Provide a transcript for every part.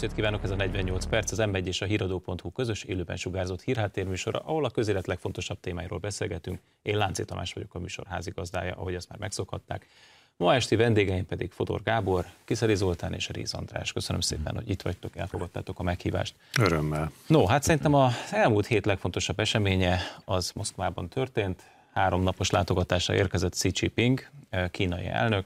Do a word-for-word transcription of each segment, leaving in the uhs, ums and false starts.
estét kívánok, ez a negyvennyolc perc, az em egy és a híradó pont hu közös élőben sugárzott hírháttérműsora, ahol a közélet legfontosabb témáiról beszélgetünk. Én Lánci Tamás vagyok, a műsor házigazdája, ahogy azt már megszokhatták. Ma esti vendégeim pedig Fodor Gábor, Kiszeli Zoltán és Réz András. Köszönöm szépen, hogy itt vagytok, elfogadtátok a meghívást. Örömmel. No, hát szerintem az elmúlt hét legfontosabb eseménye az Moszkvában történt. Három napos látogatásra érkezett Xi Jinping, kínai elnök.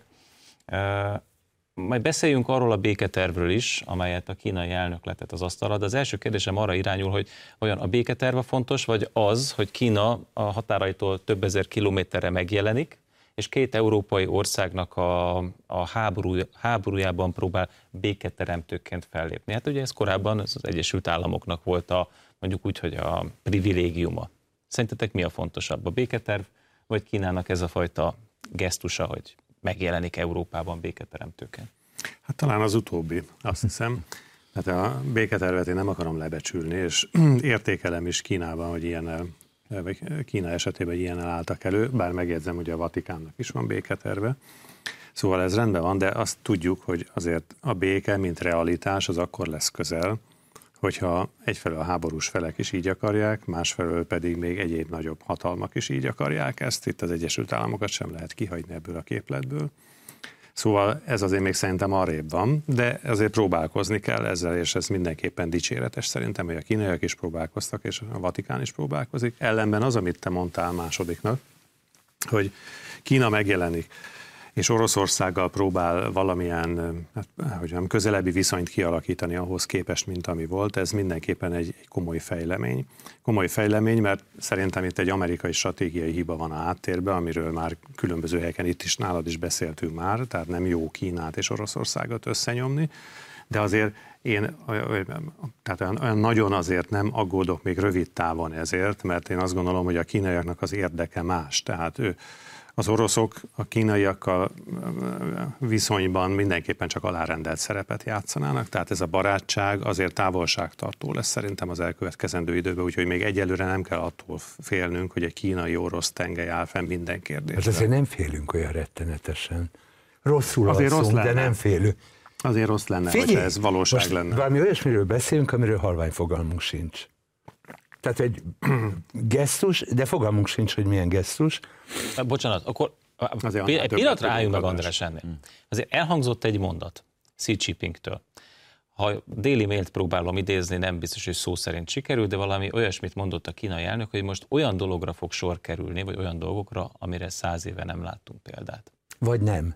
Majd beszéljünk arról a béketervről is, amelyet a kínai elnök letett az asztalra, de az első kérdésem arra irányul, hogy olyan a béketerve fontos, vagy az, hogy Kína a határaitól több ezer kilométerre megjelenik, és két európai országnak a, a háború, háborújában próbál béketeremtőként fellépni. Hát ugye ez korábban az Egyesült Államoknak volt a, mondjuk úgy, hogy a privilégiuma. Szerintetek mi a fontosabb, a béketerv, vagy Kínának ez a fajta gesztusa, hogy megjelenik Európában béketeremtőként? Hát talán az utóbbi, azt hiszem. Hát a béketervet én nem akarom lebecsülni, és értékelem is Kínában, hogy ilyen, vagy Kína esetében ilyen álltak elő, bár megjegyzem, hogy a Vatikánnak is van béketerve. Szóval ez rendben van, de azt tudjuk, hogy azért a béke, mint realitás, az akkor lesz közel, hogyha egyfelől a háborús felek is így akarják, másfelől pedig még egyéb nagyobb hatalmak is így akarják ezt. Itt az Egyesült Államokat sem lehet kihagyni ebből a képletből. Szóval ez azért még szerintem arrébb van, de azért próbálkozni kell ezzel, és ez mindenképpen dicséretes szerintem, hogy a kínaiak is próbálkoztak, és a Vatikán is próbálkozik. Ellenben az, amit te mondtál másodiknak, hogy Kína megjelenik, és Oroszországgal próbál valamilyen, hát, hogy nem, közelebbi viszonyt kialakítani ahhoz képest, mint ami volt, ez mindenképpen egy, egy komoly fejlemény. Komoly fejlemény, mert szerintem itt egy amerikai stratégiai hiba van a háttérben, amiről már különböző helyeken itt is nálad is beszéltünk már, tehát nem jó Kínát és Oroszországot összenyomni, de azért én tehát olyan, olyan nagyon azért nem aggódok még rövid távon ezért, mert én azt gondolom, hogy a kínaiaknak az érdeke más, tehát ő az oroszok a kínaiakkal viszonyban mindenképpen csak alárendelt szerepet játszanának, tehát ez a barátság azért távolságtartó lesz szerintem az elkövetkezendő időben, úgyhogy még egyelőre nem kell attól félnünk, hogy egy kínai-orosz tengely áll fenn minden kérdésre. Hát azért nem félünk olyan rettenetesen. Rosszul azért alszunk, rossz de nem félünk. Azért rossz lenne, hogy ez valóság most lenne. Valami olyasmiről beszélünk, amiről halvány fogalmunk sincs. Tehát egy gesztus, de fogalmunk sincs, hogy milyen gesztus. Bocsánat, akkor egy pillanatra álljunk meg, András, ennél. Azért elhangzott egy mondat Xi Jinpingtől. Ha Daily Mailt próbálom idézni, nem biztos, hogy szó szerint sikerül, de valami olyasmit mondott a kínai elnök, hogy most olyan dologra fog sor kerülni, vagy olyan dolgokra, amire száz éve nem láttunk példát. Vagy nem.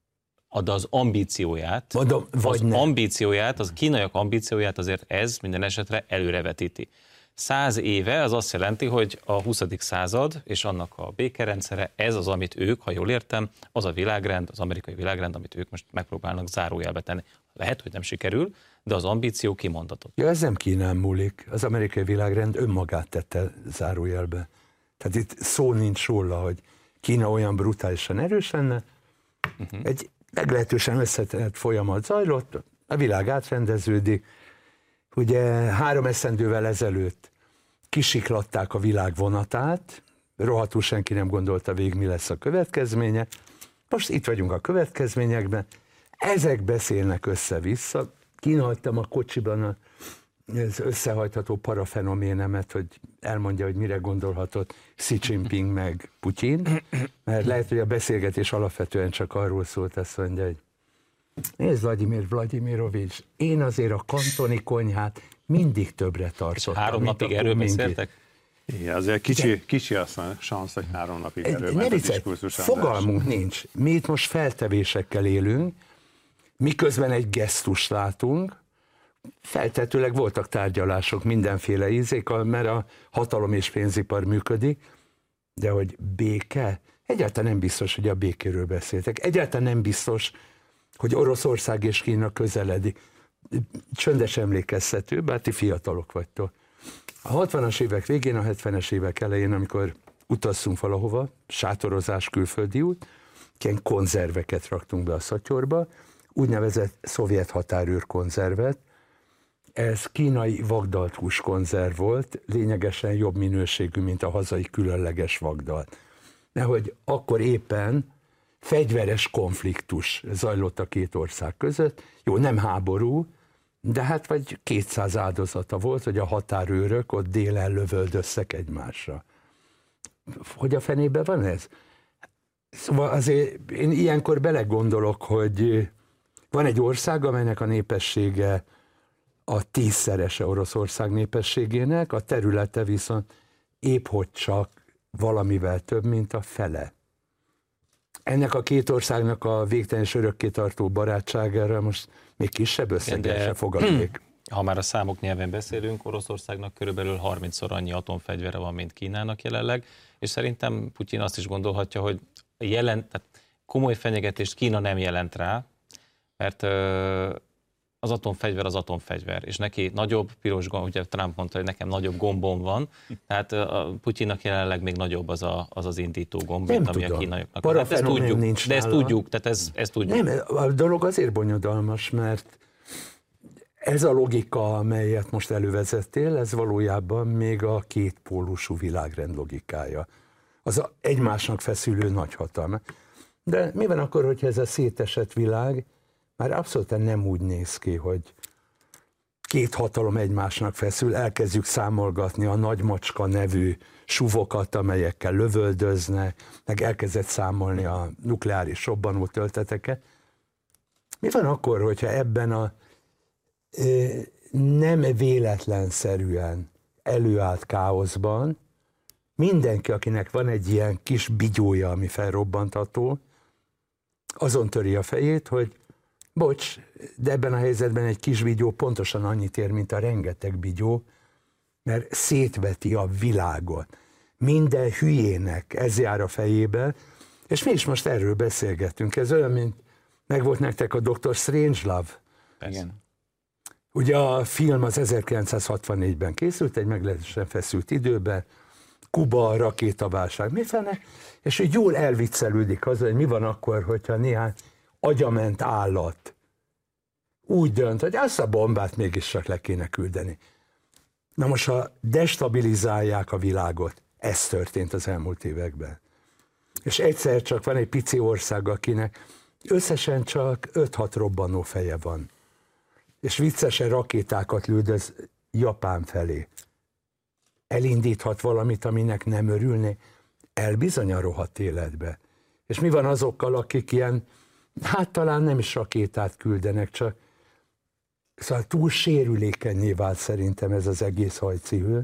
De az ambícióját, Mondom, vagy az nem. ambícióját, az kínaiak ambícióját azért ez minden esetre előrevetíti. Száz éve az azt jelenti, hogy a huszadik század és annak a békerendszere, ez az, amit ők, ha jól értem, az a világrend, az amerikai világrend, amit ők most megpróbálnak zárójelbe tenni. Lehet, hogy nem sikerül, de az ambíció kimondatott. Ja, ez nem Kínán múlik. Az amerikai világrend önmagát tette zárójelbe. Tehát itt szó nincs róla, hogy Kína olyan brutálisan erős lenne. Uh-huh. Egy meglehetősen összetett folyamat zajlott, a világ átrendeződik. Ugye három esztendővel ezelőtt kisiklatták a világ vonatát, rohadtul senki nem gondolta végig, mi lesz a következménye. Most itt vagyunk a következményekben, ezek beszélnek össze-vissza. Kínáltam a kocsiban az összehajtható parafenoménemet, hogy elmondja, hogy mire gondolhatott Xi Jinping meg Putyin, mert lehet, hogy a beszélgetés alapvetően csak arról szólt, azt mondja, hogy nézd, Vladimir Vladimirovics, én azért a kantoni konyhát mindig többre tartottam. Három napig erről beszéltek? Igen, azért kicsi, kicsi az a szansz, hogy három napig erről ment a diskurzus. Fogalmunk nincs. Mi itt most feltevésekkel élünk, miközben egy gesztust látunk, feltetőleg voltak tárgyalások mindenféle ízékkal, mert a hatalom és pénzipar működik, de hogy béke? Egyáltalán nem biztos, hogy a békéről beszéltek. Egyáltalán nem biztos, hogy Oroszország és Kína közeledik. Csöndes emlékeztető, bár ti fiatalok vagytok. A hatvanas évek végén, a hetvenes évek elején, amikor utaztunk valahova, sátorozás, külföldi út, ilyen konzerveket raktunk be a szatyorba, úgynevezett szovjet határőr konzervet. Ez kínai vagdalt húskonzerv volt, lényegesen jobb minőségű, mint a hazai különleges vagdalt. Nehogy akkor éppen fegyveres konfliktus zajlott a két ország között. Jó, nem háború, De hát vagy kétszáz áldozata volt, hogy a határőrök ott délen lövöldöztek egymásra. Hogy a fenébe van ez? Szóval azért én ilyenkor belegondolok, hogy van egy ország, amelynek a népessége a tízszerese Oroszország népességének, a területe viszont épp hogy csak valamivel több, mint a fele. Ennek a két országnak a végtelen és örökkétartó barátságára most még kisebb összeggel se fogadnék. Ha már a számok nyelven beszélünk, Oroszországnak körülbelül harmincszor annyi atomfegyvere van, mint Kínának jelenleg, és szerintem Putyin azt is gondolhatja, hogy jelent, tehát komoly fenyegetést Kína nem jelent rá, mert az atomfegyver az atomfegyver, és neki nagyobb piros gomb, ugye Trump mondta, hogy nekem nagyobb gombom van, tehát a Putyinnak jelenleg még nagyobb az a, az, az indító gomb, mint ami a kínaiaknak. Hát ezt tudjuk, nincs de ezt nála. tudjuk, tehát ez, ezt tudjuk. Nem, a dolog azért bonyodalmas, mert ez a logika, amelyet most elővezettél, ez valójában még a kétpólusú világrend logikája. Az a egymásnak feszülő nagyhatalma. De mi van akkor, hogyha ez a szétesett világ már abszolút nem úgy néz ki, hogy két hatalom egymásnak feszül, elkezdjük számolgatni a nagymacska nevű suvokat, amelyekkel lövöldözne, meg elkezdett számolni a nukleáris robbanó tölteteket. Mi van akkor, hogyha ebben a e, nem véletlenszerűen előállt káoszban mindenki, akinek van egy ilyen kis bigyója, ami felrobbantható, azon töri a fejét, hogy bocs, de ebben a helyzetben egy kis bigyó pontosan annyit ér, mint a rengeteg bigyó, mert szétveti a világot. Minden hülyének ez jár a fejébe, és mi is most erről beszélgetünk. Ez olyan, mint megvolt nektek a doktor Strangelove. Igen. Ugye a film az ezerkilencszázhatvannégyben készült, egy meglehetősen feszült időben, Kuba, a rakétaválság, mi fene, és úgy jól elviccelődik az, hogy mi van akkor, hogyha néhány agyament állat úgy dönt, hogy azt a bombát mégis csak le kéne küldeni. Na most, ha destabilizálják a világot, ez történt az elmúlt években. És egyszer csak van egy pici ország, akinek összesen csak öt-hat robbanó feje van. És viccesen rakétákat lődöz Japán felé. Elindíthat valamit, aminek nem örülné, elbizony a rohadt életbe. És mi van azokkal, akik ilyen, hát talán nem is rakétát küldenek, csak szóval túl sérülékenyé vált szerintem ez az egész hajcihő.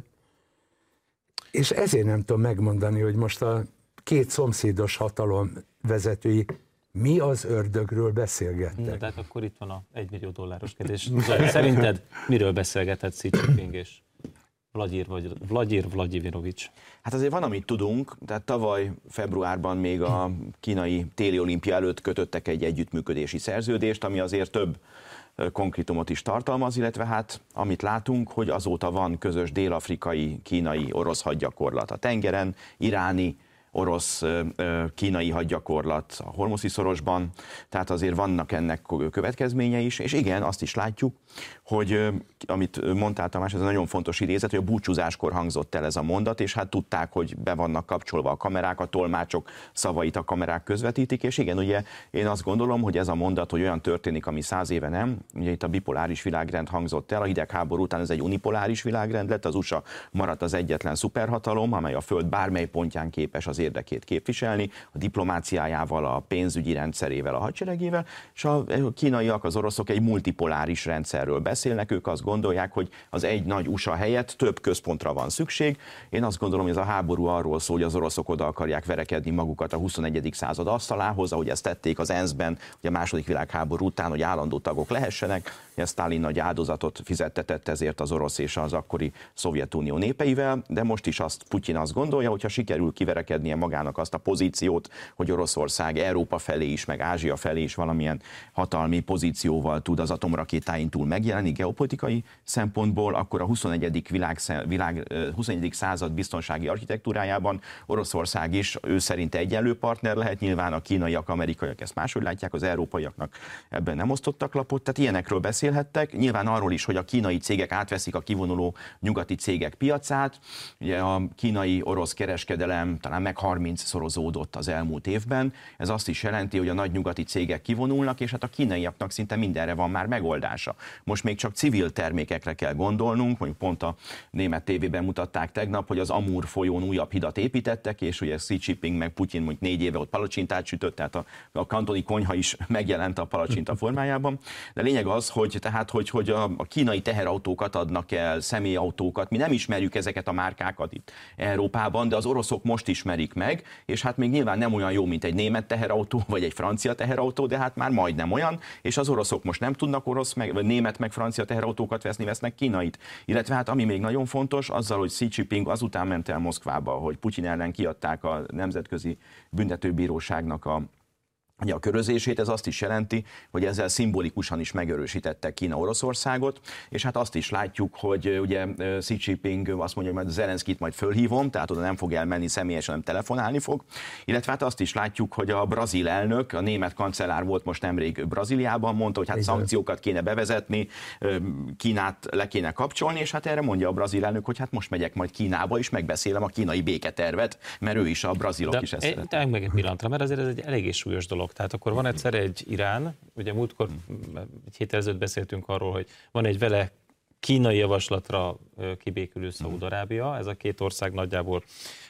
És ezért nem tudom megmondani, hogy most a két szomszédos hatalom vezetői mi az ördögről beszélgettek. Na, tehát akkor itt van a egymillió dolláros kérdés. Szerinted miről beszélgetett Xi Jinping és Vladimir, vagy Vladimir Vladimirovics? Hát azért van, amit tudunk, tehát tavaly februárban még a kínai téli olimpia előtt kötöttek egy együttműködési szerződést, ami azért több konkrétumot is tartalmaz, illetve hát amit látunk, hogy azóta van közös dél-afrikai, kínai, orosz hadgyakorlat a tengeren, iráni, orosz, kínai hadgyakorlat a Hormuzdi szorosban, tehát azért vannak ennek következményei is, és igen, azt is látjuk, hogy amit mondtál Tamás, ez egy nagyon fontos idézet, hogy a búcsúzáskor hangzott el ez a mondat, és hát tudták, hogy be vannak kapcsolva a kamerák, a tolmácsok szavait a kamerák közvetítik, és igen, ugye én azt gondolom, hogy ez a mondat, hogy olyan történik, ami száz éve nem, ugye itt a bipoláris világrend hangzott el, a hidegháború után ez egy unipoláris világrend lett, az u es á maradt az egyetlen szuperhatalom, amely a föld bármely pontján képes az érdekét képviselni, a diplomáciájával, a pénzügyi rendszerével, a hadseregével, és a kínaiak, az oroszok egy multipoláris rendszerről beszélnek, ők azt gondolják, hogy az egy nagy u es á helyett több központra van szükség. Én azt gondolom, hogy ez a háború arról szól, hogy az oroszok oda akarják verekedni magukat a huszonegyedik század asztalához, ahogy ezt tették az ENSZ-ben, hogy a második világháború után, hogy állandó tagok lehessenek. Sztálin nagy áldozatot fizettetett ezért az orosz és az akkori Szovjetunió népeivel, de most is azt Putyin azt gondolja, hogyha sikerül kiverekednie magának azt a pozíciót, hogy Oroszország Európa felé is, meg Ázsia felé is valamilyen hatalmi pozícióval tud az atomrakétáin túl megjelenni geopolitikai szempontból, akkor a huszonegyedik világ, világ, huszonegyedik század biztonsági architektúrájában Oroszország is ő szerint egyenlő partner lehet, nyilván a kínaiak, amerikaiak ezt máshogy látják, az európaiaknak ebben nem osztottak lapot, tehát ilyenekről beszélhettek, nyilván arról is, hogy a kínai cégek átveszik a kivonuló nyugati cégek piacát, ugye a kínai-orosz kereskedelem talán meg meg harmincszorozódott az elmúlt évben. Ez azt is jelenti, hogy a nagy nyugati cégek kivonulnak, és hát a kínaiaknak szinte mindenre van már megoldása. Most még csak civil termékekre kell gondolnunk, mondjuk pont a német tévében mutatták tegnap, hogy az Amur folyón újabb hidat építettek, és ugye Xi Jinping meg Putyin mondjuk négy éve ott palacsintát sütött, tehát a, a kantoni konyha is megjelent a palacsinta formájában. De lényeg az, hogy tehát, hogy, hogy a, a kínai teherautókat adnak el, személyautókat, mi nem ismerjük ezeket a márkákat itt Európában, de az oroszok most ismerik meg, és hát még nyilván nem olyan jó, mint egy német teherautó, vagy egy francia teherautó, de hát már majdnem olyan, és az oroszok most nem tudnak orosz, meg, vagy német, meg francia teherautókat veszni, vesznek kínait. Illetve hát ami még nagyon fontos, azzal, hogy Xi Jinping azután ment el Moszkvába, hogy Putyin ellen kiadták a Nemzetközi Büntetőbíróságnak a Ugye a körözését, ez azt is jelenti, hogy ezzel szimbolikusan is megerősítette Kína Oroszországot, és hát azt is látjuk, hogy ugye Xi Jinping azt mondja, hogy majd Zelenszkit majd fölhívom, tehát oda nem fog elmenni személyesen, hanem telefonálni fog, illetve hát azt is látjuk, hogy a brazil elnök, a német kancellár volt most nemrég Brazíliában, mondta, hogy hát szankciókat kéne bevezetni, Kínát le kéne kapcsolni, és hát erre mondja a brazil elnök, hogy hát most megyek majd Kínába, és megbeszélem a kínai béketervet, mert ő is, a brazilok de is ezt szeretnék. De meg egy pillanatra, mert azért ez egy eléggé súlyos dolog. Tehát akkor van egyszer egy Irán, ugye múltkor egy héttel ezelőtt beszéltünk arról, hogy van egy vele kínai javaslatra kibékülő Szaúd-Arábia, ez a két ország nagyjából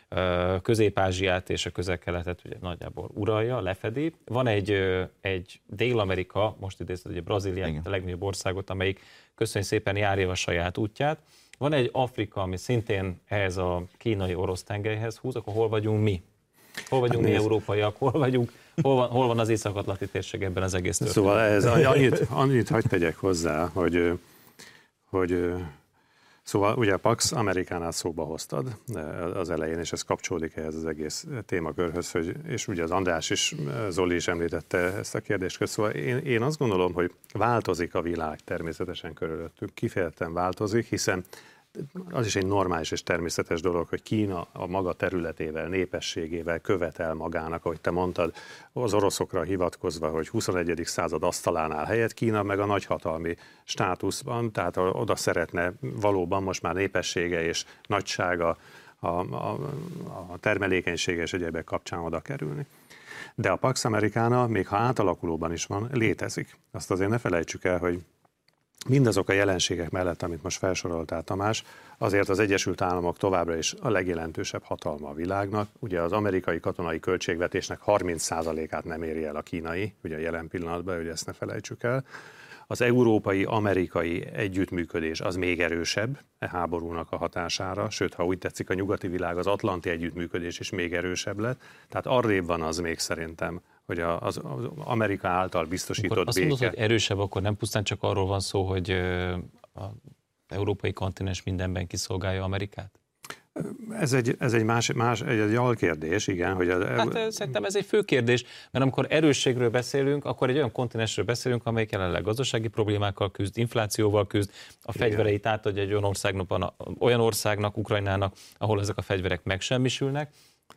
Közép-Ázsiát és a Közel-Keletet ugye nagyjából uralja, lefedi. Van egy, egy Dél-Amerika, most idézted ugye Brazíliát, a legnagyobb országot, amelyik köszönjük szépen járja a saját útját. Van egy Afrika, ami szintén ehhez a kínai-orosz tengelyhez húz, akkor hol vagyunk mi? Hol vagyunk hát mi európaiak, hol vagyunk, hol van, hol van az Észak-Atlanti térség ebben az egész történetben? Szóval ez, annyit, annyit hagy tegyek hozzá, hogy, hogy szóval ugye a Pax Amerikánál szóba hoztad az elején, és ez kapcsolódik ehhez az egész témakörhöz, hogy, és ugye az András is, Zoli is említette ezt a kérdést. Szóval én, én azt gondolom, hogy változik a világ természetesen körülöttük, kifejezetten változik, hiszen az is egy normális és természetes dolog, hogy Kína a maga területével, népességével követel magának, ahogy te mondtad, az oroszokra hivatkozva, hogy huszonegyedik század asztalánál helyett, Kína meg a nagyhatalmi státuszban, tehát oda szeretne valóban most már népessége és nagysága, a, a, a termelékenysége és egyébek kapcsán oda kerülni. De a Pax Americana, még ha átalakulóban is van, létezik. Azt azért ne felejtsük el, hogy mindazok a jelenségek mellett, amit most felsoroltál, Tamás, azért az Egyesült Államok továbbra is a legjelentősebb hatalma a világnak. Ugye az amerikai katonai költségvetésnek harminc százalékát nem éri el a kínai, ugye jelen pillanatban, hogy ezt ne felejtsük el. Az európai-amerikai együttműködés az még erősebb e háborúnak a hatására, sőt, ha úgy tetszik, a nyugati világ, az atlanti együttműködés is még erősebb lett. Tehát arrébb van az még szerintem, hogy az, az Amerika által biztosított akkor azt béke. mondod, hogy erősebb, akkor nem pusztán csak arról van szó, hogy az európai kontinens mindenben kiszolgálja Amerikát? Ez egy, ez egy más, más egy, egy alkérdés, igen. Hogy az, hát szerintem ez egy fő kérdés, mert amikor erősségről beszélünk, akkor egy olyan kontinensről beszélünk, amelyik jelenleg gazdasági problémákkal küzd, inflációval küzd, a fegyvereit átadja egy olyan országnak, olyan országnak, Ukrajnának, ahol ezek a fegyverek megsemmisülnek.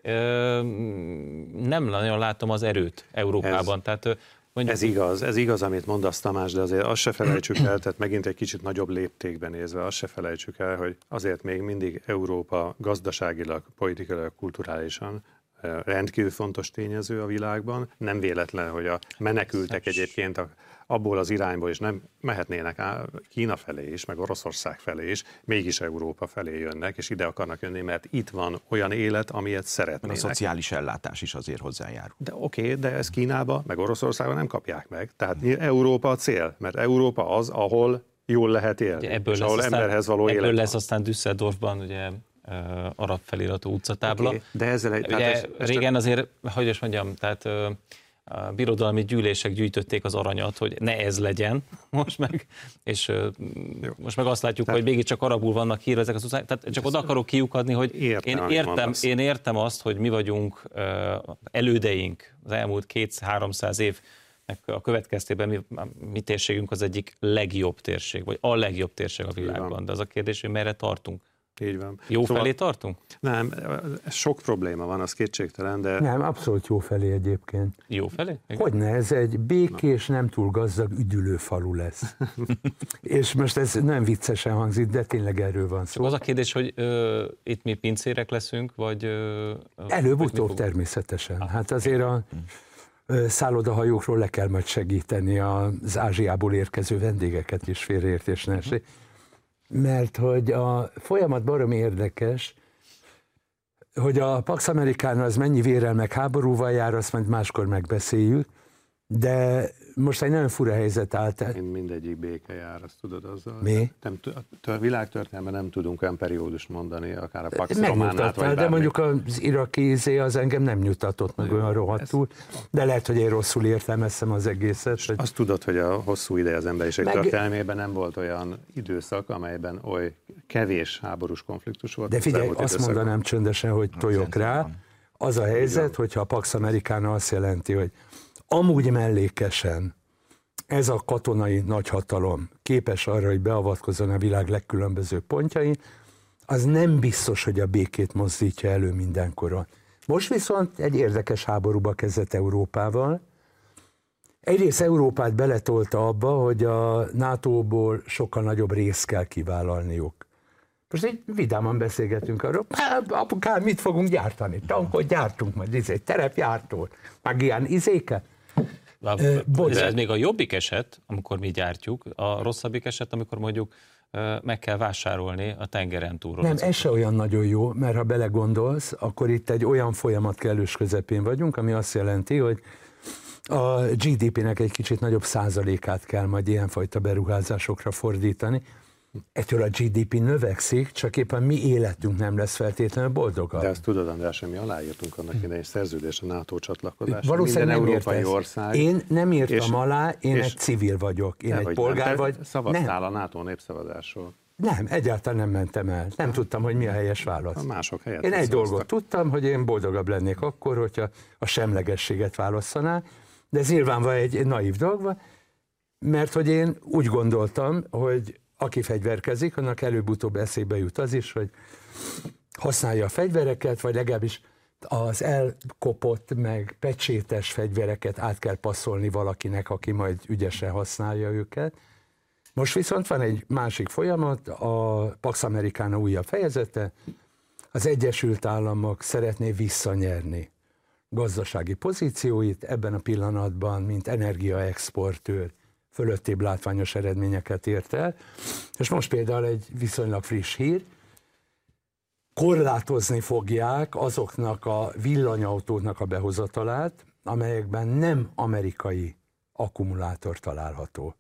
Nem nagyon látom az erőt Európában. Ez, tehát, mondjuk, ez igaz, ez igaz, amit mondasz, Tamás, de azért azt se felejtsük el, tehát megint egy kicsit nagyobb léptékben nézve, azt se felejtsük el, hogy azért még mindig Európa gazdaságilag, politikailag, kulturálisan rendkívül fontos tényező a világban. Nem véletlen, hogy a menekültek egyébként a abból az irányból is nem mehetnének Kína felé is, meg Oroszország felé is, mégis Európa felé jönnek, és ide akarnak jönni, mert itt van olyan élet, amilyet szeretnének. A szociális ellátás is azért hozzájárul. De oké, okay, de ezt Kínába, meg Oroszországban nem kapják meg. Tehát Európa a cél, mert Európa az, ahol jól lehet élni, ebből és ahol aztán, emberhez való ebből élet lesz van. aztán Düsseldorfban, ugye, uh, arab feliratú utcatábla. Okay, de ezzel egy, ugye, ez, ez régen csak... azért, hogy is mondjam, tehát uh, a birodalmi gyűlések gyűjtötték az aranyat, hogy ne ez legyen, most meg, és uh, most meg azt látjuk, tehát, hogy mégiscsak arabul vannak hírva ezek az utcák, tehát csak oda akarok kiukadni, hogy értem, én, értem, én értem azt, hogy mi vagyunk uh, elődeink az elmúlt kétszáz-háromszáz év a következtében mi, mi térségünk az egyik legjobb térség, vagy a legjobb térség a világban. De az a kérdés, hogy merre tartunk. Így van. Jó szóval, felé tartunk? Nem, sok probléma van, az kétségtelen, de... Nem, abszolút jó felé egyébként. Jó felé? Hogyne, ez egy békés, nem túl gazdag üdülő falu lesz. És most ez nem viccesen hangzik, de tényleg erről van szó. Az a kérdés, hogy ö, itt mi pincérek leszünk, vagy... Ö, Előbb-utóbb természetesen. Hát azért a ö, szállodahajókról le kell majd segíteni az Ázsiából érkező vendégeket is, félreértés ne essék. Mert hogy a folyamat baromi érdekes, hogy a Pax Americana az mennyi vérrel meg háborúval jár, azt majd máskor megbeszéljük, de most egy nagyon fura helyzet állt. Mind, mindegyik béke jár, azt tudod azzal. Mi? Nem, a világtörténelemben nem tudunk olyan periódust mondani, akár a Pax Románát, vagy de mondjuk az iraki izé az engem nem nyugtatott meg olyan rohadtul, de lehet, hogy én rosszul értelmeztem az egészet. Hogy... Azt tudod, hogy a hosszú ideje az emberiség meg... történelmében nem volt olyan időszak, amelyben oly kevés háborús konfliktus volt. De figyelj, azt időszakban. Mondanám csöndesen, hogy tojok rá. Az a helyzet, hogyha a Pax Americana azt jelenti, hogy amúgy mellékesen ez a katonai nagyhatalom képes arra, hogy beavatkozzon a világ legkülönbözőbb pontjain, az nem biztos, hogy a békét mozdítja elő mindenkoron. Most viszont egy érdekes háborúba kezdett Európával. Egyrészt Európát beletolta abba, hogy a nátóból sokkal nagyobb részt kell kivállalniuk. Most így vidáman beszélgetünk arról, apukám, mit fogunk gyártani? Tankot gyártunk, majd izé, terepjártól, meg ilyen izéket. Ez, ez még a jobbik eset, amikor mi gyártjuk, a rosszabbik eset, amikor mondjuk meg kell vásárolni a tengeren túlról. Nem, ez se olyan nagyon jó, mert ha belegondolsz, akkor itt egy olyan folyamat kellős közepén vagyunk, ami azt jelenti, hogy a gé dé pének egy kicsit nagyobb százalékát kell majd ilyenfajta beruházásokra fordítani. Ettől a gé dé pé növekszik, csak éppen mi életünk nem lesz feltétlenül boldogabb. De azt tudod, András, hogy mi aláírtunk annak idején szerződés a NATO csatlakozásra. Valószínűleg minden nem európai ország. Én nem írtam és, alá, én és, egy civil vagyok, én egy vagy polgár nem, vagy. Szavaztál nem. a NATO népszavazásról. Nem, egyáltalán nem mentem el. Nem ha. tudtam, hogy mi a helyes válasz. A mások helyett. Én egy szavaztak. dolgot tudtam, hogy én boldogabb lennék akkor, hogyha a semlegességet válasszaná, de ez nyilván egy, egy naív dolog, mert hogy én úgy gondoltam, hogy aki fegyverkezik, annak előbb-utóbb eszébe jut az is, hogy használja a fegyvereket, vagy legalábbis az elkopott, meg pecsétes fegyvereket át kell passzolni valakinek, aki majd ügyesen használja őket. Most viszont van egy másik folyamat, a Pax Americana újabb fejezete, az Egyesült Államok szeretné visszanyerni gazdasági pozícióit ebben a pillanatban, mint energiaexportőr, fölöttébb látványos eredményeket ért el. És most például egy viszonylag friss hír, korlátozni fogják azoknak a villanyautóknak a behozatalát, amelyekben nem amerikai akkumulátor található.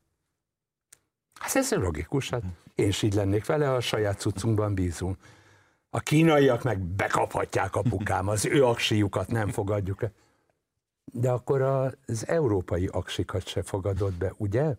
Hát ez logikus, hát én is így lennék vele, ha a saját cuccunkban bízunk. A kínaiak meg bekaphatják apukám, az ő aksiukat nem fogadjuk el. De akkor az európai aksikat se fogadott be, ugye?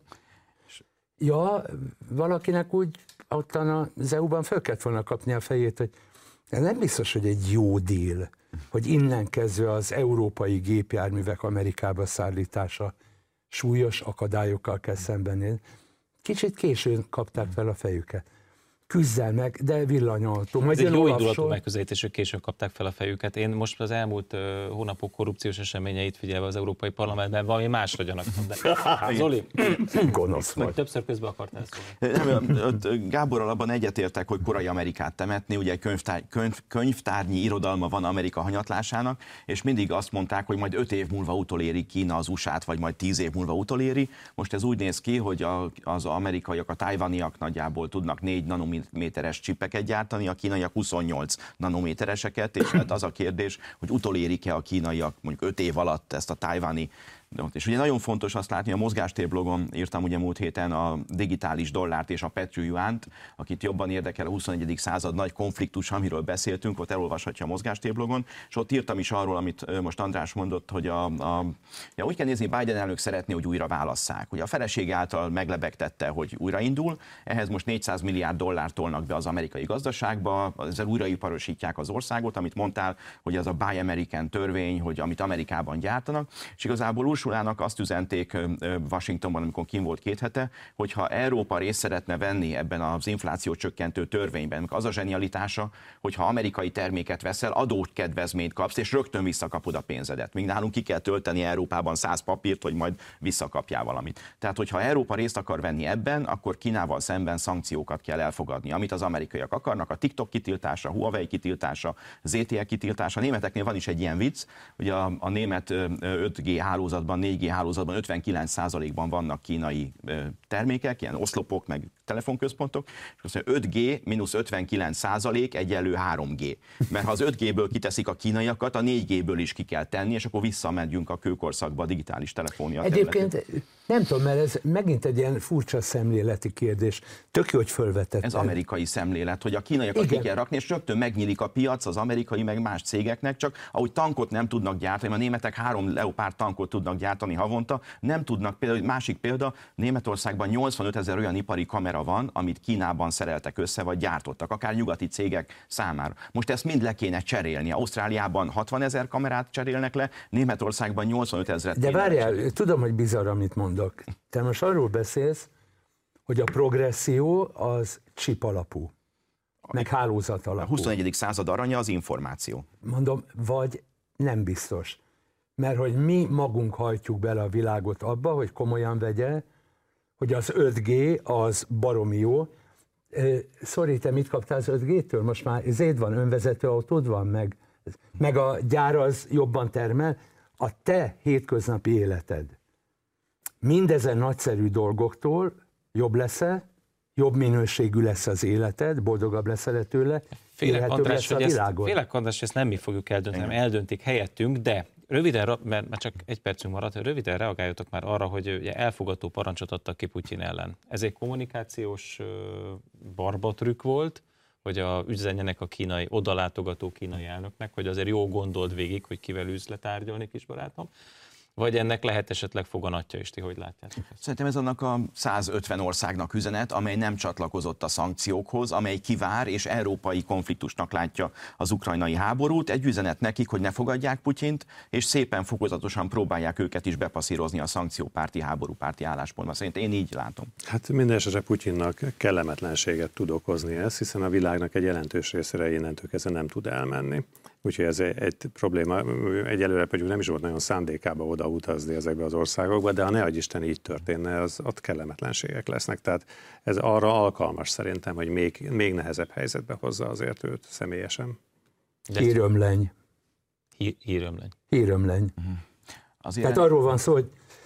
Ja, valakinek úgy ottan az é u-ban föl kellett volna kapni a fejét, hogy ez nem biztos, hogy egy jó deal, hogy innen kezdve az európai gépjárművek Amerikába szállítása súlyos akadályokkal kell szembenézni. Kicsit későn kapták fel a fejüket. Küzzel meg, de villanyautó. Ez egy jó indulatú megközelítés, hogy későn kapták fel a fejüket. Én most az elmúlt uh, hónapok korrupciós eseményeit figyelve az Európai Parlamentben valami másra gyanakszom. De... Zoli, gonosz vagy. Többször közben akartál szólni. Gáborral abban egyetértek, hogy korai Amerikát temetni, ugye könyvtár, könyv, könyvtárnyi irodalma van Amerika hanyatlásának, és mindig azt mondták, hogy majd öt év múlva utoléri Kína az u es á-t, vagy majd tíz év múlva utoléri. Most ez úgy néz ki, hogy a, az amerikaiak, a tajvaniak nagyjából tudnak négy nanométer méteres csipeket gyártani, a kínaiak huszonnyolc nanométereseket, és hát az a kérdés, hogy utolérik-e a kínaiak mondjuk öt év alatt ezt a tajvani. És ugye nagyon fontos azt látni, a Mozgástér blogon írtam ugye múlt héten a digitális dollárt és a pető juánt, akit jobban érdekel a huszonegyedik század nagy konfliktus, amiről beszéltünk, ott elolvashatja a Mozgástér blogon, és ott írtam is arról, amit most András mondott, hogy a, a, ja, úgy kell nézni, Biden elnök szeretné, hogy újra válasszák. Ugye a felesége által meglebegtette, hogy újraindul, ehhez most négyszáz milliárd dollárt tolnak be az amerikai gazdaságba, ezzel újraiparosítják az országot, amit mondtál, hogy az a Buy American törvény, hogy amit Amerikában gyártanak, és igazából Ursulának azt üzenték Washingtonban, amikor kim volt két hete, hogy ha Európa részt szeretne venni ebben az infláció csökkentő törvényben, az a zsenialitása, hogy ha amerikai terméket veszel, adókedvezményt kapsz, és rögtön visszakapod a pénzedet. Míg nálunk ki kell tölteni Európában száz papírt, hogy majd visszakapjál valamit. Tehát, hogyha Európa részt akar venni ebben, akkor Kínával szemben szankciókat kell elfogadni. Amit az amerikaiak akarnak, a TikTok kitiltása, Huawei kitiltása, zé té e kitiltása. A németeknél van is egy ilyen vicc, hogy a, a német öt G hálózatban, négy G hálózatban ötvenkilenc százalékban vannak kínai termékek, ilyen oszlopok, meg telefonközpontok, és azt mondja, öt G mínusz ötvenkilenc százalék egyenlő három G. Mert ha az öt G-ből kiteszik a kínaiakat, a négy G-ből is ki kell tenni, és akkor visszamegyünk a kőkorszakba a digitális telefonja. Egyébként területén. Nem tudom, mert ez megint egy ilyen furcsa szemléleti kérdés. Tök jó, hogy fölvetettem. Ez amerikai szemlélet, hogy a kínaiakat ki kell rakni, és rögtön megnyílik a piac az amerikai meg más cégeknek, csak ahogy tankot nem tudnak gyártani, a németek három Leopard tankot tudnak gyártani havonta, nem tudnak, például másik példa, Németországban nyolcvanöt ezer olyan ipari kamera van, amit Kínában szereltek össze, vagy gyártottak, akár nyugati cégek számára. Most ezt mind le kéne cserélni. Ausztráliában hatvan ezer kamerát cserélnek le, Németországban nyolcvanöt ezret. De várjál, tudom, hogy bizarr, amit mondok. Te most arról beszélsz, hogy a progresszió az chip alapú, meg hálózat alapú. A huszonegyedik század aranya az információ. Mondom, vagy nem biztos. Mert hogy mi magunk hajtjuk bele a világot abba, hogy komolyan vegye, hogy az öt G az baromi jó. Sorry, te mit kaptál az öt G-től? Most már zéd van, önvezető autód van, meg, meg a gyár az jobban termel. A te hétköznapi életed mindezen nagyszerű dolgoktól jobb lesz-e, jobb minőségű lesz az életed, boldogabb leszel tőle, félek, András, hogy ezt, félek, András, ezt nem mi fogjuk eldönteni, hanem eldöntik helyettünk, de röviden, mert már csak egy percünk maradt, röviden reagáljatok már arra, hogy ugye elfogadó parancsot adtak ki Putyin ellen. Ez egy kommunikációs barbatrükk volt, hogy a, üzenjenek a kínai, odalátogató kínai elnöknek, hogy azért jó gondold végig, hogy kivel ülsz le tárgyalni, kis barátom. Vagy ennek lehet esetleg foganatja is, ti hogy látjátok ezt? Szerintem ez annak a százötven országnak üzenet, amely nem csatlakozott a szankciókhoz, amely kivár és európai konfliktusnak látja az ukrajnai háborút. Egy üzenet nekik, hogy ne fogadják Putyint, és szépen fokozatosan próbálják őket is bepasszírozni a szankciópárti, háborúpárti álláspontba. Szerintem én így látom. Hát minden esetre Putyinnak kellemetlenséget tud okozni ez, hiszen a világnak egy jelentős részére innentől kezdve nem tud elmenni. Úgyhogy ez egy probléma. Egyelőre pedig nem is volt nagyon szándékába oda utazni ezekbe az országokba, de ha ne adj Isten így történne, az ott kellemetlenségek lesznek. Tehát ez arra alkalmas szerintem, hogy még, még nehezebb helyzetbe hozza azért őt személyesen. Hírömleny. Hí, hírömleny. Hírömleny. Uh-huh. Azért... Tehát arról van szó, hogy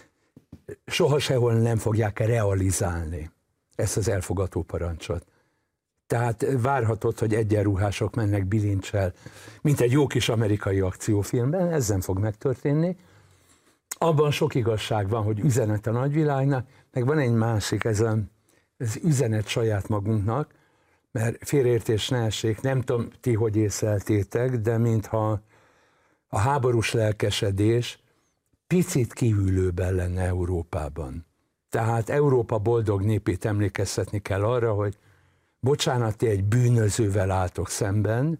soha sehol nem fogják realizálni ezt az elfogató parancsot. Tehát várhatod, hogy egyenruhások mennek bilincsel, mint egy jó kis amerikai akciófilmben, ez nem fog megtörténni. Abban sok igazság van, hogy üzenet a nagyvilágnak, meg van egy másik, ez az üzenet saját magunknak, mert félreértés ne essék, nem tudom ti, hogy észleltétek, de mintha a háborús lelkesedés picit kihűlőben lenne Európában. Tehát Európa boldog népét emlékeztetni kell arra, hogy bocsánat, ti egy bűnözővel álltok szemben,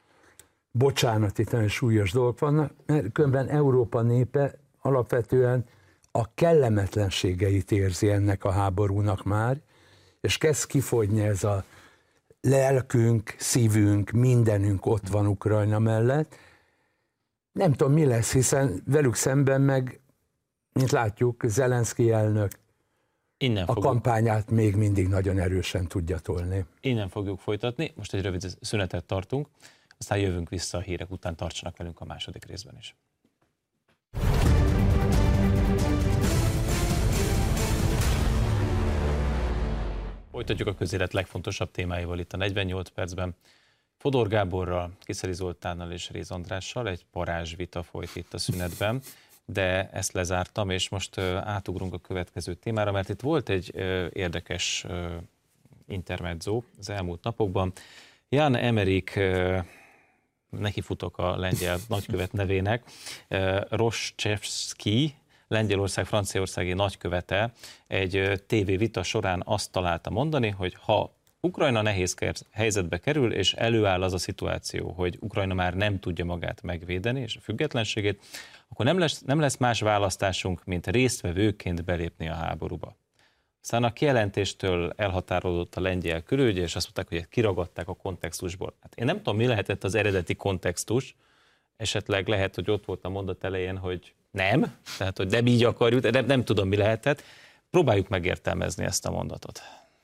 bocsánat, itt nagyon súlyos dolgok vannak, mert különben Európa népe alapvetően a kellemetlenségeit érzi ennek a háborúnak már, és kezd kifogyni ez a lelkünk, szívünk, mindenünk ott van Ukrajna mellett. Nem tudom, mi lesz, hiszen velük szemben meg, mint látjuk, Zelenszky elnök Innen a fogjuk. kampányát még mindig nagyon erősen tudja tolni. Innen fogjuk folytatni, most egy rövid szünetet tartunk, aztán jövünk vissza a hírek után, tartsanak velünk a második részben is. Folytatjuk a közélet legfontosabb témáival itt a negyvennyolc percben. Fodor Gáborral, Kiszeli Zoltánnal és Réz Andrással egy parázsvita folyt itt a szünetben, de ezt lezártam, és most átugrunk a következő témára, mert itt volt egy érdekes intermezzo az elmúlt napokban. Jan Emmerich, nekifutok a lengyel nagykövet nevének, Roszczewski, Lengyelország franciaországi nagykövete egy tévévita során azt találta mondani, hogy ha Ukrajna nehéz helyzetbe kerül, és előáll az a szituáció, hogy Ukrajna már nem tudja magát megvédeni, és a függetlenségét, akkor nem lesz, nem lesz más választásunk, mint résztvevőként belépni a háborúba. Aztán a kijelentéstől elhatárolódott a lengyel külügy, és azt mondták, hogy kiragadták a kontextusból. Hát én nem tudom, mi lehetett az eredeti kontextus, esetleg lehet, hogy ott volt a mondat elején, hogy nem, tehát hogy nem így akarjuk, de nem, nem tudom, mi lehetett. Próbáljuk megértelmezni ezt a mondatot.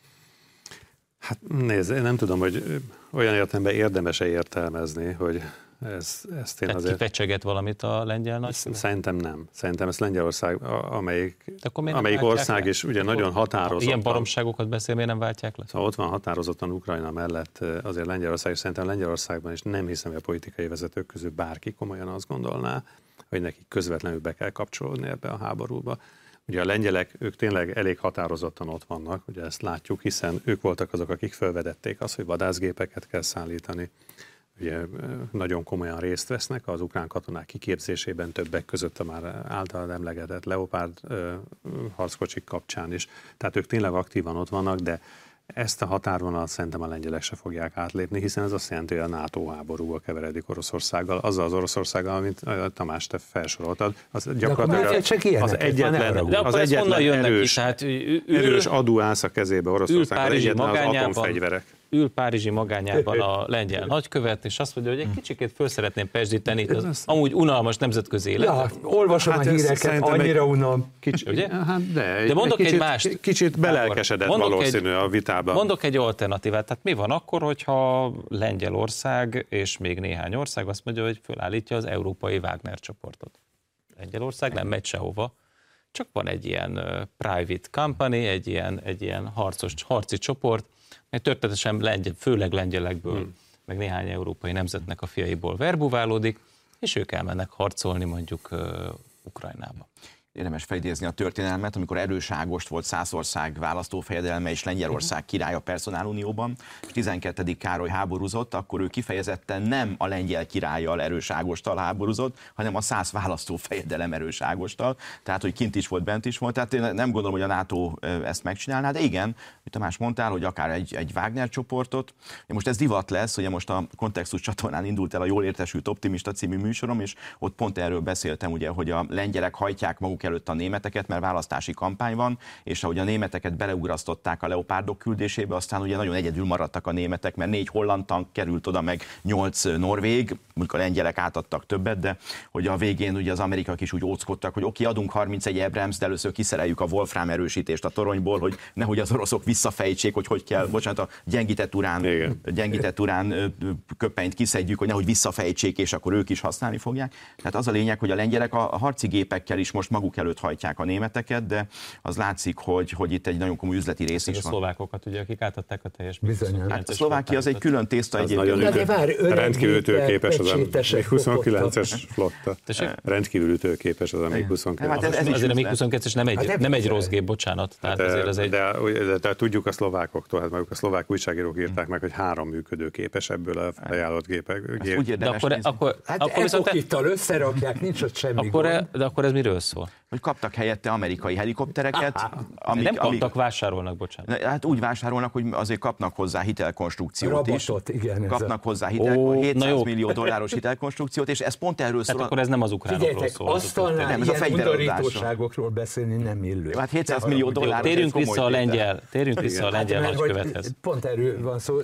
Hát nézd, én nem tudom, hogy olyan értelemben érdemes-e értelmezni, hogy ez, ezt én Tehát azért... kifecseget valamit a lengyel nagykövet? Szerintem nem. Szerintem ezt Lengyelország, amelyik, amelyik ország le? is ugye akkor nagyon határozottan... Ilyen baromságokat beszél, miért nem váltják le? Szóval ott van határozottan Ukrajna mellett azért Lengyelország, és szerintem Lengyelországban is nem hiszem, hogy a politikai vezetők közül bárki komolyan azt gondolná, hogy nekik közvetlenül be kell kapcsolódni ebbe a háborúba. Ugye a lengyelek, ők tényleg elég határozottan ott vannak, ugye ezt látjuk, hiszen ők voltak azok, akik felvedették azt, hogy vadászgépeket kell szállítani. Ugye nagyon komolyan részt vesznek az ukrán katonák kiképzésében, többek között a már általad emlegetett Leopard harckocsik kapcsán is. Tehát ők tényleg aktívan ott vannak, de ezt a határvonalat szerintem a lengyelek se fogják átlépni, hiszen ez azt jelenti, hogy a NATO háborúba keveredik Oroszországgal, azzal az Oroszországgal, amit Tamás, te felsoroltad. Az gyakorlatilag az egyetlen, de az egyetlen erős, tehát, ül, erős adóász a kezébe Oroszországgal, az egyetlen az atomfegyverek. Ül Párizsi magányában a lengyel nagykövet, és azt mondja, hogy egy kicsikét föl szeretném pesdíteni az amúgy unalmas nemzetközi életet. Ja, olvasom hát a híreket, annyira unom. Kicsi, ugye? Hát de, de mondok egy, kicsit, egy mást. Kicsit belelkesedett valószínű egy, a vitában. Mondok egy alternatívát. Tehát mi van akkor, hogyha Lengyelország és még néhány ország azt mondja, hogy fölállítja az európai Wagner csoportot? Lengyelország nem megy sehova. Csak van egy ilyen uh, private company, egy ilyen, egy ilyen harcos, harci csoport, mert történetesen lengyel, főleg lengyelekből, hmm. meg néhány európai nemzetnek a fiaiból verbuválódik, és ők elmennek harcolni mondjuk uh, Ukrajnába. Érdemes felidézni a történelmet, amikor erős Ágost volt Szászország választófejedelme és Lengyelország királya personálunióban, és tizenkettedik Károly háborúzott, akkor ő kifejezetten nem a lengyel királlyal, Erős Ágosttal háborúzott, hanem a Szász választófejedelem Erős Ágosttal, tehát hogy kint is volt, bent is volt. Tehát én nem gondolom, hogy a NATO ezt megcsinálná, de igen, hogy Tamás mondtál, hogy akár egy, egy Wagner csoportot. Most ez divat lesz, ugye most a Kontextus csatornán indult el a Jól értesült optimista című műsorom, és ott pont erről beszéltem, ugye, hogy a lengyelek hajtják maguk előtt a németeket, mert választási kampány van, és ahogy a németeket beleugrasztották a leopárdok küldésébe, aztán ugye nagyon egyedül maradtak a németek, mert négy holland tank került oda, meg nyolc norvég, mondjuk a lengyelek átadtak többet, de hogy a végén ugye az amerikaiak is úgy óckodtak, hogy oké, adunk harmincegy Abrams, de először kiszereljük a Wolfram erősítést a toronyból, hogy nehogy az oroszok visszafejtsék, hogy hogy kell, bocsánat, a gyengített urán, gyengített urán köpenyt kiszedjük, hogy nehogy visszafejtsék, és akkor ők is használni fogják. Tehát az a lényeg, hogy a lengyelek a harci gépekkel is most maguk előtt hajtják a németeket, de az látszik, hogy, hogy itt egy nagyon komoly üzleti rész is a van. A szlovákokat, ugye, akik átadták a teljes bizony. Hát a Szlovákia az egy külön tészta egyébként. Rendkívül ütőképes az a mig huszonkilences flotta. Rendkívül ütőképes az a mig huszonkilences. Hát ez, ez azért a mig huszonkettes nem egy, hát nem egy rossz gép, bocsánat. Tehát de, azért az egy... de, de, de tudjuk a szlovákoktól, hát maguk a szlovák újságírók írták meg, hogy három működőképes ebből a felajánlott gépek. Gép. De akkor, akkor, hát akkor viszont epokittal összerakják, nincs ott semmi akkor, gond. De akkor ez miről szól? Hogy kaptak helyette amerikai helikoptereket. Amik, nem kaptak, amik, vásárolnak, bocsánat. Hát úgy vásárolnak, hogy azért kapnak hozzá hitelkonstrukciót Rabatot, is. Igen, kapnak hozzá hitel, Ó, hétszáz millió dolláros hitelkonstrukciót, és ez pont erről szól. Tehát akkor ez nem az ukránokról szól. Asztalnál nem, ilyen undorítóságokról beszélni nem illő. Hát hétszáz millió dollár. Térjünk vissza a lengyel, térjünk vissza a lengyel nagykövethez. Pont erről van szó.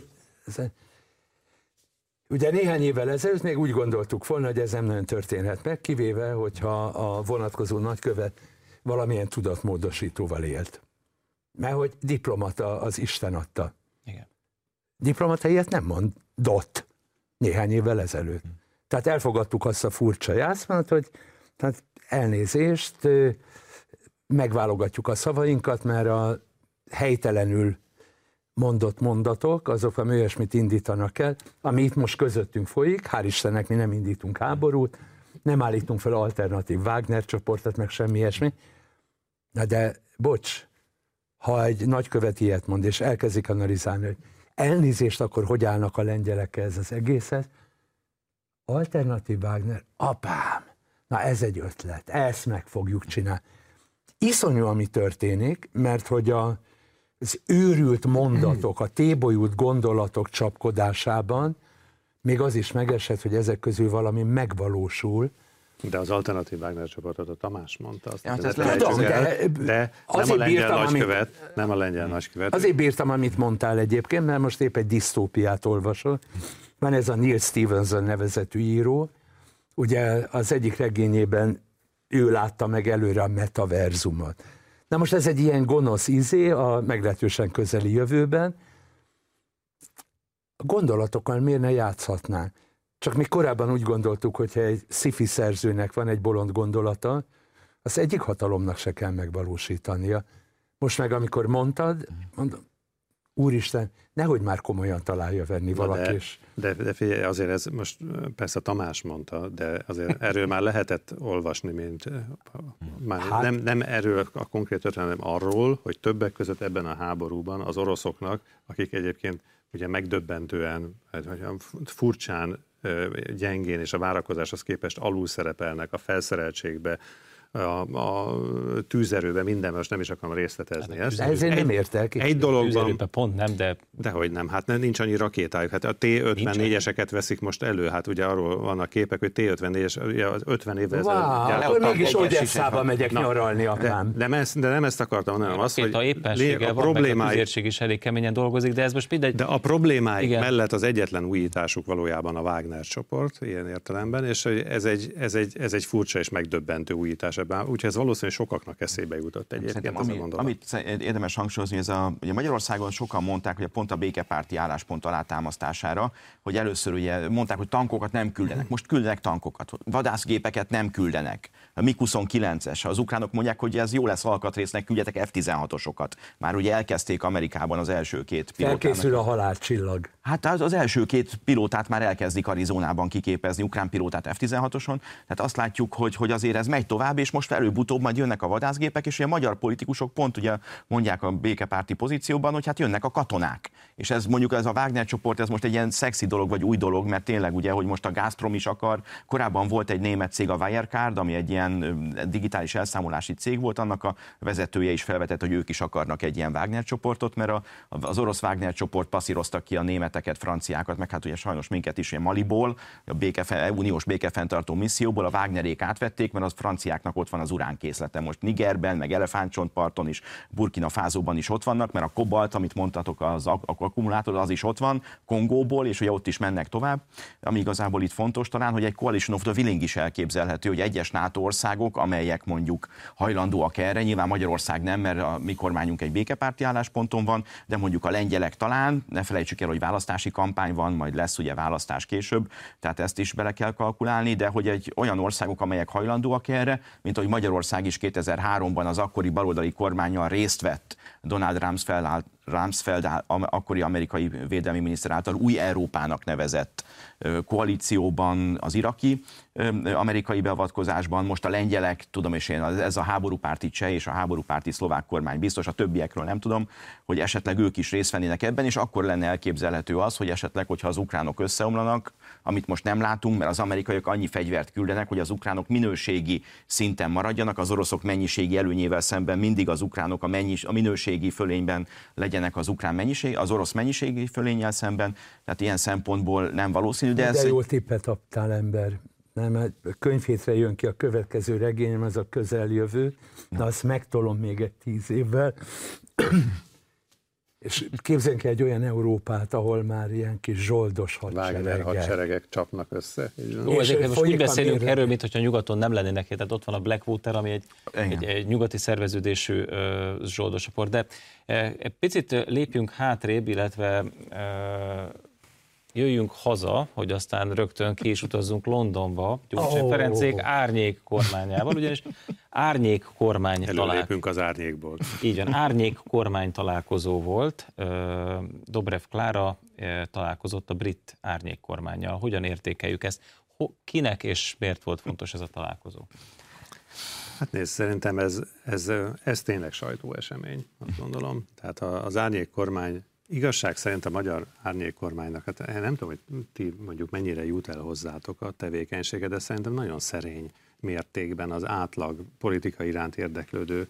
Ugye néhány évvel ezelőtt még úgy gondoltuk volna, hogy ez nem nagyon történhet meg, kivéve, hogyha a vonatkozó nagykövet valamilyen tudatmódosítóval élt. Mert hogy diplomata az Isten adta. Igen. Diplomata ilyet nem mondott néhány évvel ezelőtt. Hmm. Tehát elfogadtuk azt a furcsa játszmát, hogy tehát elnézést, megválogatjuk a szavainkat, mert a helytelenül mondott mondatok, azok, ami olyasmit indítanak el, ami itt most közöttünk folyik, hál' Istennek mi nem indítunk háborút, nem állítunk fel alternatív Wagner csoportot, meg semmi ilyesmi. Na de, bocs, ha egy nagykövet ilyet mond, és elkezdik analizálni, hogy elnézést, akkor hogy állnak a lengyelek ez az egészet, alternatív Wagner, apám, na ez egy ötlet, ezt meg fogjuk csinálni. Iszonyú, ami történik, mert hogy a az őrült mondatok, a tébolyult gondolatok csapkodásában még az is megesett, hogy ezek közül valami megvalósul. De az alternatív Wagner csapatot a Tamás mondta. Azt ja, de, lehet, de, de nem a lengyel nagykövet. Nem a lengyel nagykövet. Azért bírtam, amit mondtál egyébként, mert most épp egy disztópiát olvasol. Van ez a Neil Stevenson nevezetű író, ugye az egyik regényében ő látta meg előre a metaverzumot. Na most ez egy ilyen gonosz izé a meglehetősen közeli jövőben. A gondolatokkal miért ne játszhatnánk? Csak mi korábban úgy gondoltuk, hogyha egy sci-fi szerzőnek van egy bolond gondolata, az egyik hatalomnak se kell megvalósítania. Most meg amikor mondtad, mondom, úristen, nehogy már komolyan találja venni valaki. De, de, de figyelj, azért ez most persze Tamás mondta, de azért erről már lehetett olvasni, mint már hát, nem, nem erről a konkrét történet, hanem arról, hogy többek között ebben a háborúban az oroszoknak, akik egyébként ugye megdöbbentően, furcsán, gyengén és a várakozáshoz képest alul szerepelnek a felszereltségbe, a, a tűzerőben, minden, most nem is akarom részletezni ezt. Ezért nem értek. Egy dologban... pont nem, de... Dehogy nem, hát nincs annyi rakétájuk. Hát a té ötvennégyeseket veszik most elő, hát ugye arról vannak képek, hogy té ötvennégyes, ugye az ötven évvel wow, ezelőtt... Akkor mégis Odesszába megyek na, nyaralni, apám. De, de, ezt, de nem ezt akartam, hanem az, hogy... A éppenséggel van, meg a tüzérség is elég keményen dolgozik, de ez most mindegy... De a problémáik igen. mellett az egyetlen újításuk valójában a Wagner csoport, ilyen értelemben, és ez egy, ez egy, ez egy furcsa és megdöbbentő újítás. Úgyhogy ez valószínűleg sokaknak eszébe jutott egyébként. Ami, amit érdemes hangsúlyozni, ez a, ugye Magyarországon sokan mondták, hogy pont a békepárti álláspont alátámasztására, hogy először ugye mondták, hogy tankokat nem küldenek, most küldenek tankokat, vadászgépeket nem küldenek. A mig huszonkilences, az ukránok mondják, hogy ez jó lesz alkatrésznek, küldjetek ef tizenhatosokat. Már ugye elkezdték Amerikában az első két pilótának. Elkészül a halálcsillag. Hát az, az első két pilótát már elkezdik Arizonában kiképezni, ukrán pilótát ef tizenhatoson, tehát azt látjuk, hogy, hogy azért ez megy tovább, és most előbb-utóbb majd jönnek a vadászgépek, és ugye a magyar politikusok pont ugye mondják a békepárti pozícióban, hogy hát jönnek a katonák. És ez mondjuk ez a Wagner csoport, ez most egy ilyen szexi dolog, vagy új dolog, mert tényleg ugye, hogy most a Gazprom is akar, korábban volt egy német cég, a Wirecard, ami egy ilyen digitális elszámolási cég volt, annak a vezetője is felvetett, hogy ők is akarnak egy ilyen Wagner csoportot, mert a, az orosz Wagner csoport passzíroztak ki a németeket, franciákat, meg hát ugye sajnos minket is, Maliból, a békefen, uniós békefenntartó misszióból a Wagnerék átvették, mert az franciáknak ott van az uránkészlete. Most Nigerben, meg Elefántcsontparton is, Burkina Fasóban is ott vannak, mert a kobalt, amit mondtatok, az akkumulátor, az is ott van, Kongóból, és ugye ott is mennek tovább. Ami igazából itt fontos talán, hogy egy coalition of the willing is elképzelhető, hogy egyes NATO országok, amelyek mondjuk hajlandóak erre, nyilván Magyarország nem, mert a mi kormányunk egy békepárti állásponton van, de mondjuk a lengyelek talán, ne felejtsük el, hogy választási kampány van, majd lesz ugye választás később, tehát ezt is bele kell kalkulálni, de hogy egy olyan országok, amelyek hajlandóak erre, mint ahogy Magyarország is kétezer-háromban az akkori baloldali kormánnyal részt vett Donald Rumsfeld, Rumsfeld akkori amerikai védelmi miniszter által új Európának nevezett koalícióban, az iraki amerikai beavatkozásban, most a lengyelek, tudom és én, ez a háborúpárti cseh és a háborúpárti szlovák kormány biztos, a többiekről nem tudom, hogy esetleg ők is részt vennének ebben, és akkor lenne elképzelhető az, hogy esetleg, hogyha az ukránok összeomlanak, amit most nem látunk, mert az amerikaiak annyi fegyvert küldenek, hogy az ukránok minőségi szinten maradjanak, az oroszok mennyiségi előnyével szemben mindig az ukránok a, mennyis, a minőségi fölényben legyenek az ukrán mennyiség, az orosz mennyiségi fölénnyel szemben, tehát ilyen szempontból nem valószínű. De, de ez jó tippet adtál, ember. Nem, a könyvhétre jön ki a következő regényem, ez a közeljövő, de azt megtolom még egy tíz évvel. És képzeljünk egy olyan Európát, ahol már ilyen kis zsoldos hadseregek. hadseregek csapnak össze. Ó, ezeket most úgy beszélünk erről, mint hogyha nyugaton nem lennének, tehát ott van a Blackwater, ami egy, egy, egy nyugati szerveződésű uh, zsoldos csoport. De uh, egy picit lépjünk hátrébb, illetve uh, jöjjünk haza, hogy aztán rögtön ki is utazzunk Londonba, Gyurcsány oh. Ferencék árnyék kormányával, ugyanis árnyék kormány találkozó. Előlépünk az árnyékból. Így van, árnyék kormány találkozó volt. Dobrev Klára találkozott a brit árnyék kormánnyal. Hogyan értékeljük ezt? Kinek és miért volt fontos ez a találkozó? Hát nézd, szerintem ez, ez, ez tényleg sajtóesemény, azt gondolom. Tehát az árnyék kormány, igazság szerint a magyar árnyék kormánynak, hát nem tudom, hogy ti mondjuk mennyire jut el hozzátok a tevékenysége, de szerintem nagyon szerény mértékben az átlag politika iránt érdeklődő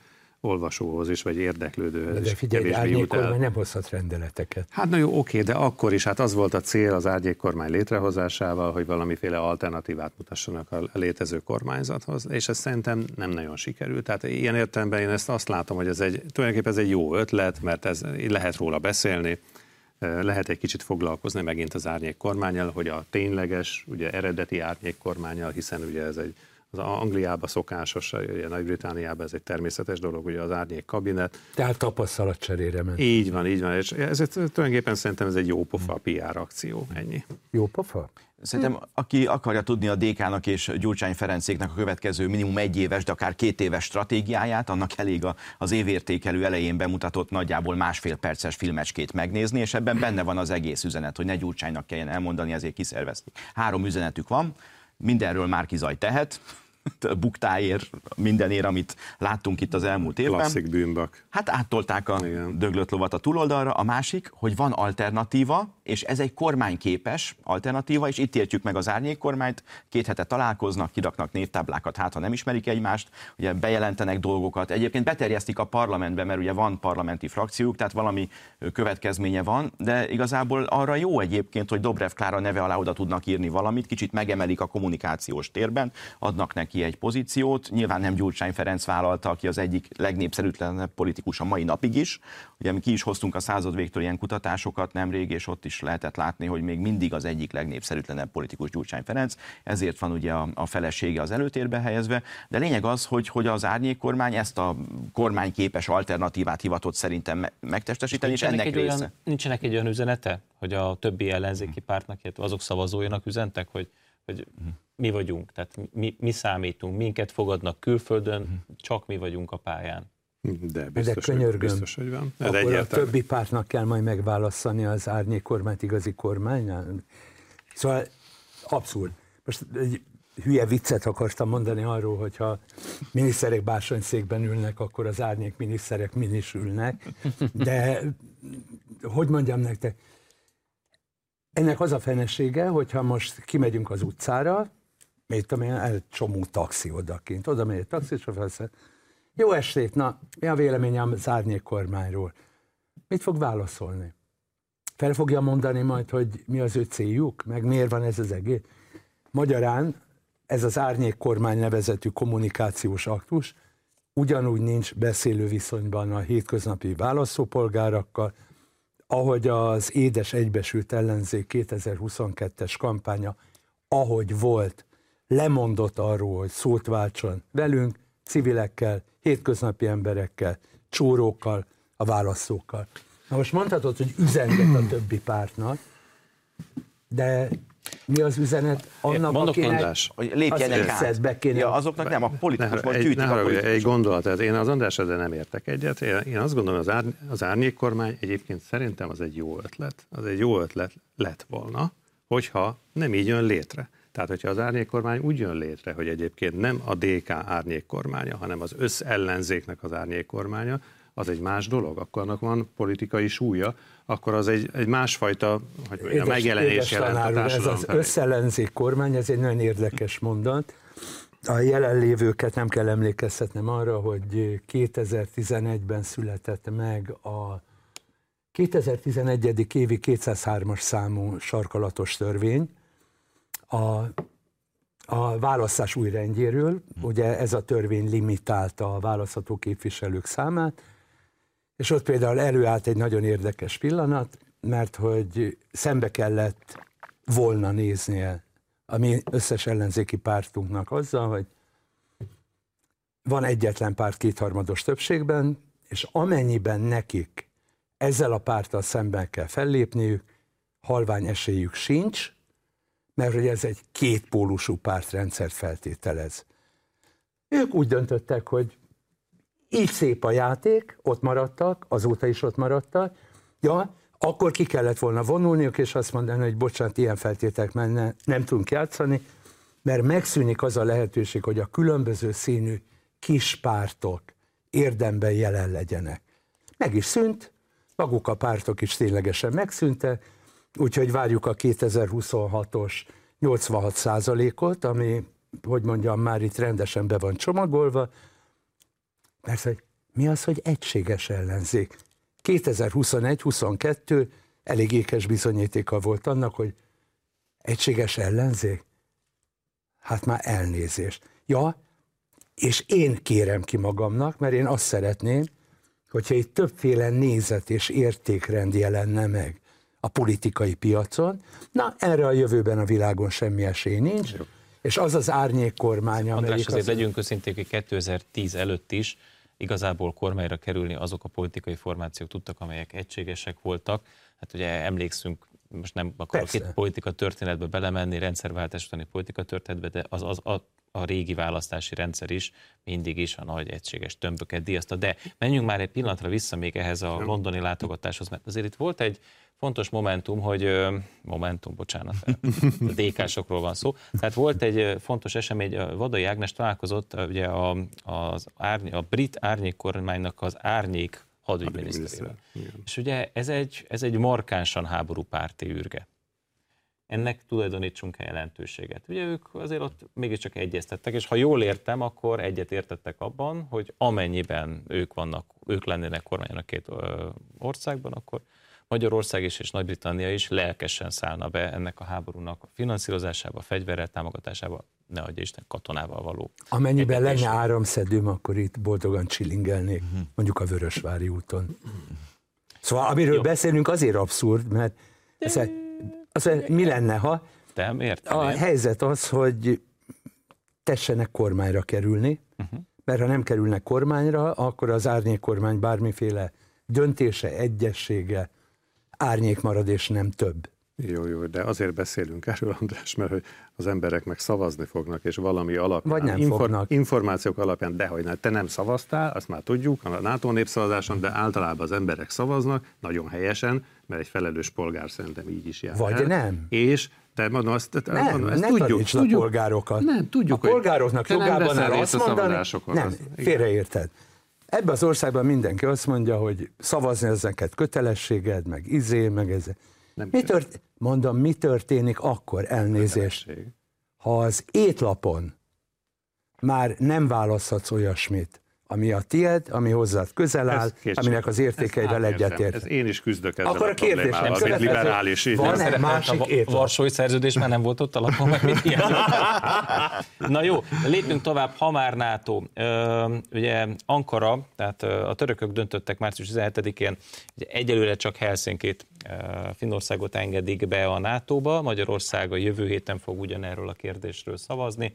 olvasóhoz is, vagy érdeklődőhöz is. De figyelj, árnyékkormány nem hozhat rendeleteket. Hát na jó, oké, de akkor is, hát az volt a cél az árnyékkormány létrehozásával, hogy valamiféle alternatívát mutassanak a létező kormányzathoz, és ez szerintem nem nagyon sikerült. Tehát ilyen értelemben én ezt azt látom, hogy ez egy, tulajdonképpen ez egy jó ötlet, mert ez, lehet róla beszélni, lehet egy kicsit foglalkozni megint az árnyékkormánnyal, hogy a tényleges, ugye eredeti árnyékkormánnyal, hiszen ugye ez egy az Angliában szokásos, ugye Nagy-Britanniában ez egy természetes dolog, ugye az árnyék kabinet. Tehát tapasztalatcserére ment. Így van, így van, és ez, ez tulajdonképpen szerintem ez egy jó pofa pé er akció, ennyi. Jó pofa? Szerintem aki akarja tudni a dé ká-nak és Gyurcsány Ferencéknek a következő minimum egy éves, de akár két éves stratégiáját, annak elég az évértékelő elején bemutatott nagyjából másfél perces filmecskét megnézni, és ebben benne van az egész üzenet, hogy ne Gyurcsánynak kelljen elmondani, ezért kiszervezték. Három üzenetük van, mindenről Márki Zaj tehet, buktáért, mindenért, amit láttunk itt az elmúlt évben. Klasszik bűnbak. Hát áttolták a Igen. döglött lovat a túloldalra. A másik, hogy van alternatíva, és ez egy kormányképes alternatíva, és itt értjük meg az árnyékkormányt. Két hete találkoznak, kiraknak névtáblákat, hát ha nem ismerik egymást, ugye bejelentenek dolgokat. Egyébként beterjesztik a parlamentbe, mert ugye van parlamenti frakciók, tehát valami következménye van, de igazából arra jó egyébként, hogy Dobrev Klára neve alá oda tudnak írni valamit, kicsit megemelik a kommunikációs térben, adnak neki egy pozíciót. Nyilván nem Gyurcsány Ferenc vállalta, aki az egyik legnépszerűtlenebb politikus a mai napig is. Ugye mi ki is hoztunk a századvégtől ilyen kutatásokat nemrég, és ott is lehetett látni, hogy még mindig az egyik legnépszerűtlenebb politikus Gyurcsány Ferenc, ezért van ugye a, a felesége az előtérbe helyezve, de lényeg az, hogy, hogy az árnyékkormány ezt a kormányképes alternatívát hivatott szerintem megtestesíteni, és ennek része. Olyan, nincsenek egy olyan üzenete, hogy a többi ellenzéki pártnak, illetve azok szavazóinak üzentek, hogy, hogy mi vagyunk, tehát mi, mi számítunk, minket fogadnak külföldön, csak mi vagyunk a pályán. De biztos, de könyörgöm, hogy, biztos, hogy van. Ez akkor egyértelmű. a többi pártnak kell majd megválasztani az árnyékkormányt igazi kormánynál. Szóval abszurd. Most egy hülye viccet akartam mondani arról, hogyha miniszterek bársonyszékben ülnek, akkor az árnyék miniszterek min is ülnek. De hogy mondjam nektek, ennek az a fenesége, hogyha most kimegyünk az utcára, mit tudom én, egy csomó taxi odakint, oda megy egy taxisofőr, jó estét, na, mi a véleményem az árnyékkormányról? Mit fog válaszolni? Fel fogja mondani majd, hogy mi az ő céljuk, meg miért van ez az egész? Magyarán ez az árnyékkormány nevezetű kommunikációs aktus ugyanúgy nincs beszélő viszonyban a hétköznapi választópolgárakkal, ahogy az édes egybesült ellenzék kétezer-huszonkettes kampánya, ahogy volt, lemondott arról, hogy szót váltson velünk, civilekkel, hétköznapi emberekkel, csórókkal, a választókkal. Na most mondhatod, hogy üzenget a többi pártnak, de mi az üzenet annak, Mondok akinek András, hogy lépjenek az át. be kéne... Ja, azoknak nem, a politikus, Ne, vagy egy, gyűjtik ne a haragudj, politikusok. egy gondolat, tehát én az András ezzel nem értek egyet. Én, én azt gondolom, az, ár, az árnyékkormány egyébként szerintem az egy jó ötlet. Az egy jó ötlet lett volna, hogyha nem így jön létre. Tehát, hogyha az árnyékkormány úgy jön létre, hogy egyébként nem a dé ká árnyékkormánya, hanem az összellenzéknek az árnyékkormánya, az egy más dolog, akkor annak van politikai súlya, akkor az egy, egy másfajta hogy édes, a megjelenés jelent a társadalom. Ez az összellenzék kormány, ez egy nagyon érdekes mondat. A jelenlévőket nem kell emlékeztetnem arra, hogy kétezer-tizenegyben született meg a kétezer-tizenegy. évi kétszázhármas számú sarkalatos törvény, a, a választás új rendjéről, ugye ez a törvény limitálta a választható képviselők számát, és ott például előállt egy nagyon érdekes pillanat, mert hogy szembe kellett volna néznie a mi összes ellenzéki pártunknak azzal, hogy van egyetlen párt kétharmados többségben, és amennyiben nekik ezzel a párttal szemben kell fellépniük, halvány esélyük sincs, mert hogy ez egy kétpólusú pártrendszert feltételez. Ők úgy döntöttek, hogy így szép a játék, ott maradtak, azóta is ott maradtak, ja, akkor ki kellett volna vonulniuk, és azt mondani, hogy bocsánat, ilyen feltételek menne, nem tudunk játszani, mert megszűnik az a lehetőség, hogy a különböző színű kis pártok érdemben jelen legyenek. Meg is szűnt, maguk a pártok is ténylegesen megszűntek, úgyhogy várjuk a kétezer-huszonhatos nyolcvanhat százalékot, ami, hogy mondjam, már itt rendesen be van csomagolva, mert hogy Mi az, hogy egységes ellenzék? kétezer-huszonegy-huszonkettő elég ékes bizonyítéka volt annak, hogy egységes ellenzék? Hát már elnézést. Ja, és én kérem ki magamnak, mert én azt szeretném, hogyha itt többféle nézet és értékrend jelenne meg a politikai piacon, na erre a jövőben a világon semmi esély nincs, jó. És az az árnyék kormány, András, amelyik... azért az... legyünk őszinték, hogy kétezer-tíz előtt is igazából kormányra kerülni azok a politikai formációk tudtak, amelyek egységesek voltak. Hát ugye emlékszünk, most nem akarok itt politika történetbe belemenni, rendszerváltás utáni politika történetbe, de az, az a, a régi választási rendszer is mindig is a nagy egységes tömböket díjazta. De menjünk már egy pillanatra vissza még ehhez a londoni látogatáshoz, mert azért itt volt egy fontos momentum, hogy momentum, bocsánat, a dé ká-sokról van szó. Tehát volt egy fontos esemény, Vadai Ágnes találkozott ugye a, az árny, a brit árnyék kormánynak az árnyék hadügyminiszterével. És ugye ez egy, ez egy markánsan háborúpárti űrge. Ennek tulajdonítsunk el jelentőséget. Ugye ők azért ott mégiscsak egyeztettek, és ha jól értem, akkor egyet értettek abban, hogy amennyiben ők vannak, ők lennének kormányon a két országban, akkor Magyarország is és Nagy-Britannia is lelkesen szállna be ennek a háborúnak a finanszírozásába, fegyverrel támogatásába, ne adja Isten, katonával való. Amennyiben lenne áramszedőm, akkor itt boldogan csilingelnék, uh-huh. mondjuk a Vörösvári úton. Szóval amiről Jó. beszélünk azért abszurd, mert ez, az, mi lenne, ha Nem, értem, a én. helyzet az, hogy tessenek kormányra kerülni, uh-huh. mert ha nem kerülnek kormányra, akkor az árnyék kormány bármiféle döntése, egyessége, árnyék marad és nem több. Jó, jó, de azért beszélünk erről, András, mert hogy az emberek meg szavazni fognak, és valami alapján, vagy nem infor- fognak. információk alapján, dehogy ne, te nem szavaztál, azt már tudjuk, a NATO népszavazáson, de általában az emberek szavaznak, nagyon helyesen, mert egy felelős polgár szerintem így is jár. Vagy el. nem. És te mondom, azt, nem, mondom, ezt ne tudjuk, tudjuk, a polgárokat. Nem, tudjuk, a polgároknak jogában áll azt mondani, nem, az, félreérted. Ebben az országban mindenki azt mondja, hogy szavazni ezeket kötelességed, meg izé, meg ez. Mi tört, mondom, mi történik akkor, elnézést, kötelesség. Ha az étlapon már nem választhatsz olyasmit, ami a tied, ami hozzád közel áll, aminek az értékeivel egyetért. Ez én is küzdök ezzel akkor a, a problémával, amit liberális. Van egy másik étlap. A Varsói Szerződés már nem volt ott alapon, meg mit ilyen. Na jó, lépjünk tovább, ha már NATO. Ugye Ankara, tehát a törökök döntöttek március tizenhetedikén, ugye egyelőre csak Helsinkit, Finnországot engedik be a nátóba, Magyarország a jövő héten fog ugyanerről a kérdésről szavazni.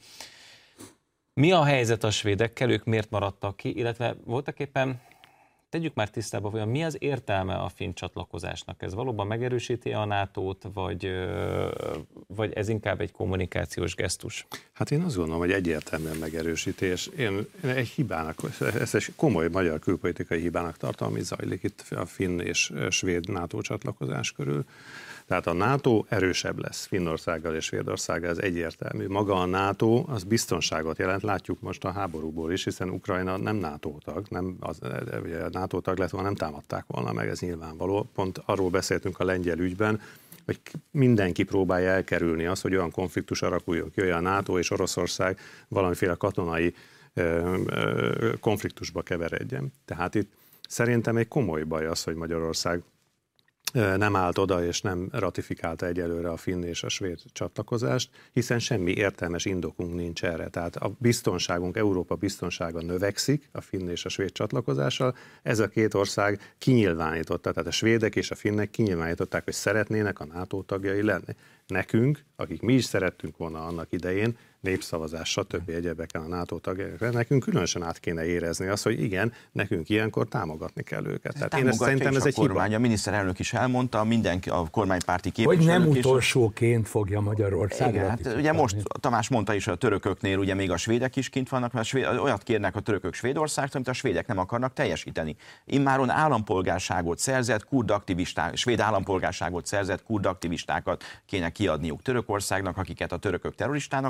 Mi a helyzet a svédekkel, ők miért maradtak ki, illetve voltak éppen, tegyük már tisztába, hogy mi az értelme a finn csatlakozásnak? Ez valóban megerősíti a nátót, vagy, vagy ez inkább egy kommunikációs gesztus? Hát én azt gondolom, hogy egyértelműen megerősíti, és én egy hibának, ezt egy komoly magyar külpolitikai hibának tartom, ami zajlik itt a finn és svéd NATO csatlakozás körül. Tehát a NATO erősebb lesz Finnországgal és Svédországgal, ez egyértelmű. Maga a NATO az biztonságot jelent, látjuk most a háborúból is, hiszen Ukrajna nem NATO tag, nem az, ugye NATO tag lett volna, nem támadták volna meg, ez nyilvánvaló. Pont arról beszéltünk a lengyel ügyben, hogy mindenki próbálja elkerülni azt, hogy olyan konfliktus alakuljon ki, hogy a NATO és Oroszország valamiféle katonai ö, ö, konfliktusba keveredjen. Tehát itt szerintem egy komoly baj az, hogy Magyarország nem állt oda és nem ratifikálta egyelőre a finn és a svéd csatlakozást, hiszen semmi értelmes indokunk nincs erre. Tehát a biztonságunk, Európa biztonsága növekszik a finn és a svéd csatlakozással. Ez a két ország kinyilvánította, tehát a svédek és a finnek kinyilvánították, hogy szeretnének a NATO tagjai lenni. Nekünk, akik mi is szerettünk volna annak idején, népszavazás, stb. Egyebeken a NATO tagjákra, nekünk különösen át kéne érezni azt, hogy igen, nekünk ilyenkor támogatni kell őket. Tehát én ezt szerintem ez egy kormány, hiba. A miniszterelnök is elmondta, mindenki, a kormánypárti képviselők hogy nem is, utolsóként fogja Magyarország. Igen, hát ugye most Tamás mondta is, a törököknél ugye még a svédek is kint vannak, mert svéd, olyat kérnek a törökök Svédországtól, amit a svédek nem akarnak teljesíteni. Immáron állampolgárságot szerzett kurd aktivisták, svéd állampolgárságot szerzett kurd aktivistákat kéne kiadniuk Törökországnak, akiket a törökök terroristának tartanak,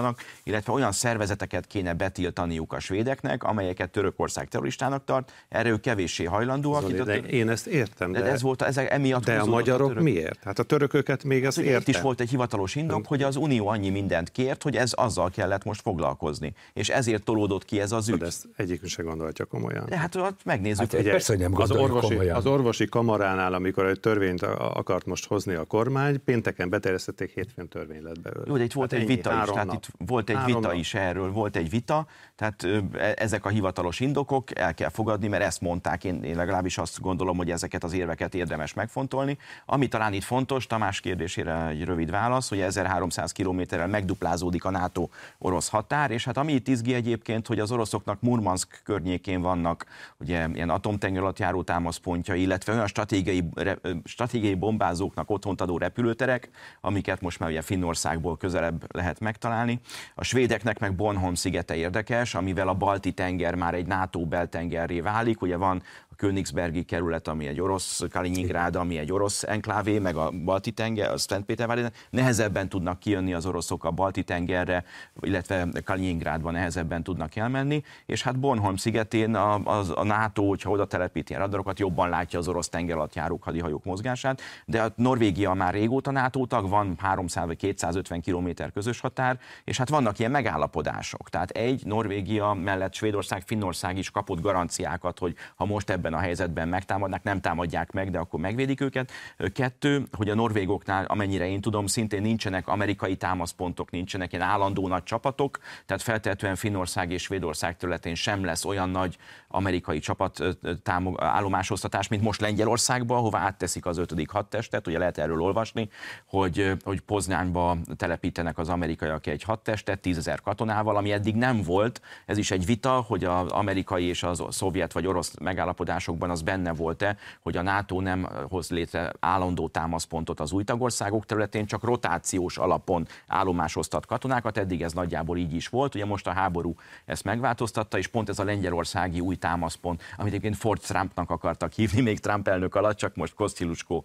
NATO-nak, illetve olyan szervezeteket kéne betiltaniuk a svédeknek, amelyeket Törökország terroristának tart, erre ők kevéssé hajlandóak. Zoli, de én ezt értem, de, de ez volt, ezek emiatt de a magyarok a török... miért? Hát a törököket még ezt értem. Itt is volt egy hivatalos indok, hogy az Unió annyi mindent kért, hogy ez azzal kellett most foglalkozni. És ezért tolódott ki ez az ügy. De ezt egyikünk se gondolhatja komolyan. De hát ott megnézzük. Hát, persze, hogy nem az, orvosi, komolyan. az orvosi kamaránál, amikor egy törvényt akart most hozni a kormány, pénteken beterjesztették, hétfőn törvény lett belőle. Jó, de itt volt hát egy ennyi, vita is, tehát itt volt egy három vita nap. is erről, volt egy vita, tehát ezek a hivatalos indokok, el kell fogadni, mert ezt mondták, én, én legalábbis azt gondolom, hogy ezeket az érveket érdemes megfontolni. Ami talán itt fontos, Tamás kérdésére egy rövid válasz, hogy ezerháromszáz kilométerrel megduplázódik a NATO-orosz határ, és hát ami itt izgi egyébként, hogy az oroszoknak Murmanszk környékén vannak ugye ilyen atomtenger alatt járó támaszpontja, illetve olyan stratégiai, stratégiai bombázóknak otthont adó repülőterek, amiket most már ugye Finnországból közelebb lehet megtalálni. A svédeknek meg Bornholm szigete érdekes, amivel a Balti-tenger már egy NATO beltengerré válik, ugye van a Königsbergi kerület, ami egy orosz, Kaliningrád, ami egy orosz enklávé, meg a Balti-tenger, a Szentpétervári, nehezebben tudnak kijönni az oroszok a Balti-tengerre, illetve Kaliningrádban nehezebben tudnak elmenni, és hát Bornholm szigetén a, a, a NATO, hogyha oda telepíti a radarokat, jobban látja az orosz tengeralattjárók hadihajók mozgását, de a Norvégia már régóta NATO tag, van háromszáz vagy kétszázötven kilométer közös határ, és hát vannak ilyen megállapodások. Tehát egy, Norvégia mellett Svédország, Finnország is kapott garanciákat, hogy ha most ebben a helyzetben megtámadnak, nem támadják meg, de akkor megvédik őket. Kettő, hogy a norvégoknál, amennyire én tudom, szintén nincsenek amerikai támaszpontok, nincsenek ilyen állandó nagy csapatok, tehát feltétlenül Finnország és Svédország területén sem lesz olyan nagy amerikai csapat támog, állomásoztatás, mint most Lengyelországban, ahová átteszik az ötödik hadtestet, ugye lehet erről olvasni, hogy, hogy Poznányba telepítenek az amerikaiak egy hadtestet tízezer katonával, ami eddig nem volt. Ez is egy vita, hogy az amerikai és az szovjet vagy orosz megállapodásokban az benne volt-e, hogy a NATO nem hoz létre állandó támaszpontot az új tagországok területén, csak rotációs alapon állomásoztat katonákat, eddig ez nagyjából így is volt, ugye most a háború ezt megváltoztatta, és pont ez a lengyelországi új támaszpont, amit egyébként Fort Trumpnak akartak hívni, még Trump elnök alatt, csak most Kosztiluskó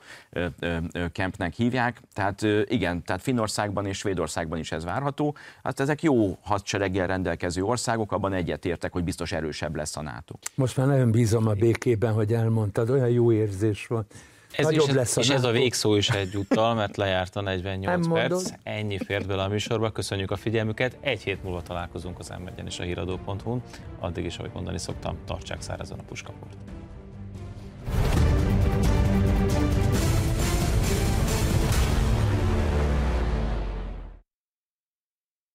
Kempnek hívják. Tehát igen, tehát Finnországban és Svédországban is ez várható. Hát ezek jó hadsereggel rendelkező országok, abban egyetértek, hogy biztos erősebb lesz a NATO. Most már nagyon bízom a békében, hogy elmondtad, olyan jó érzés van. Ez is, lesz a és NATO. Ez a végszó is egyúttal, mert lejárt a negyvennyolc perc. Ennyi fért bele a műsorba, köszönjük a figyelmüket. Egy hét múlva találkozunk az em egyen és a híradó pont hu-n. Addig is, ahogy mondani szoktam, tartsák szárazon a puskaport.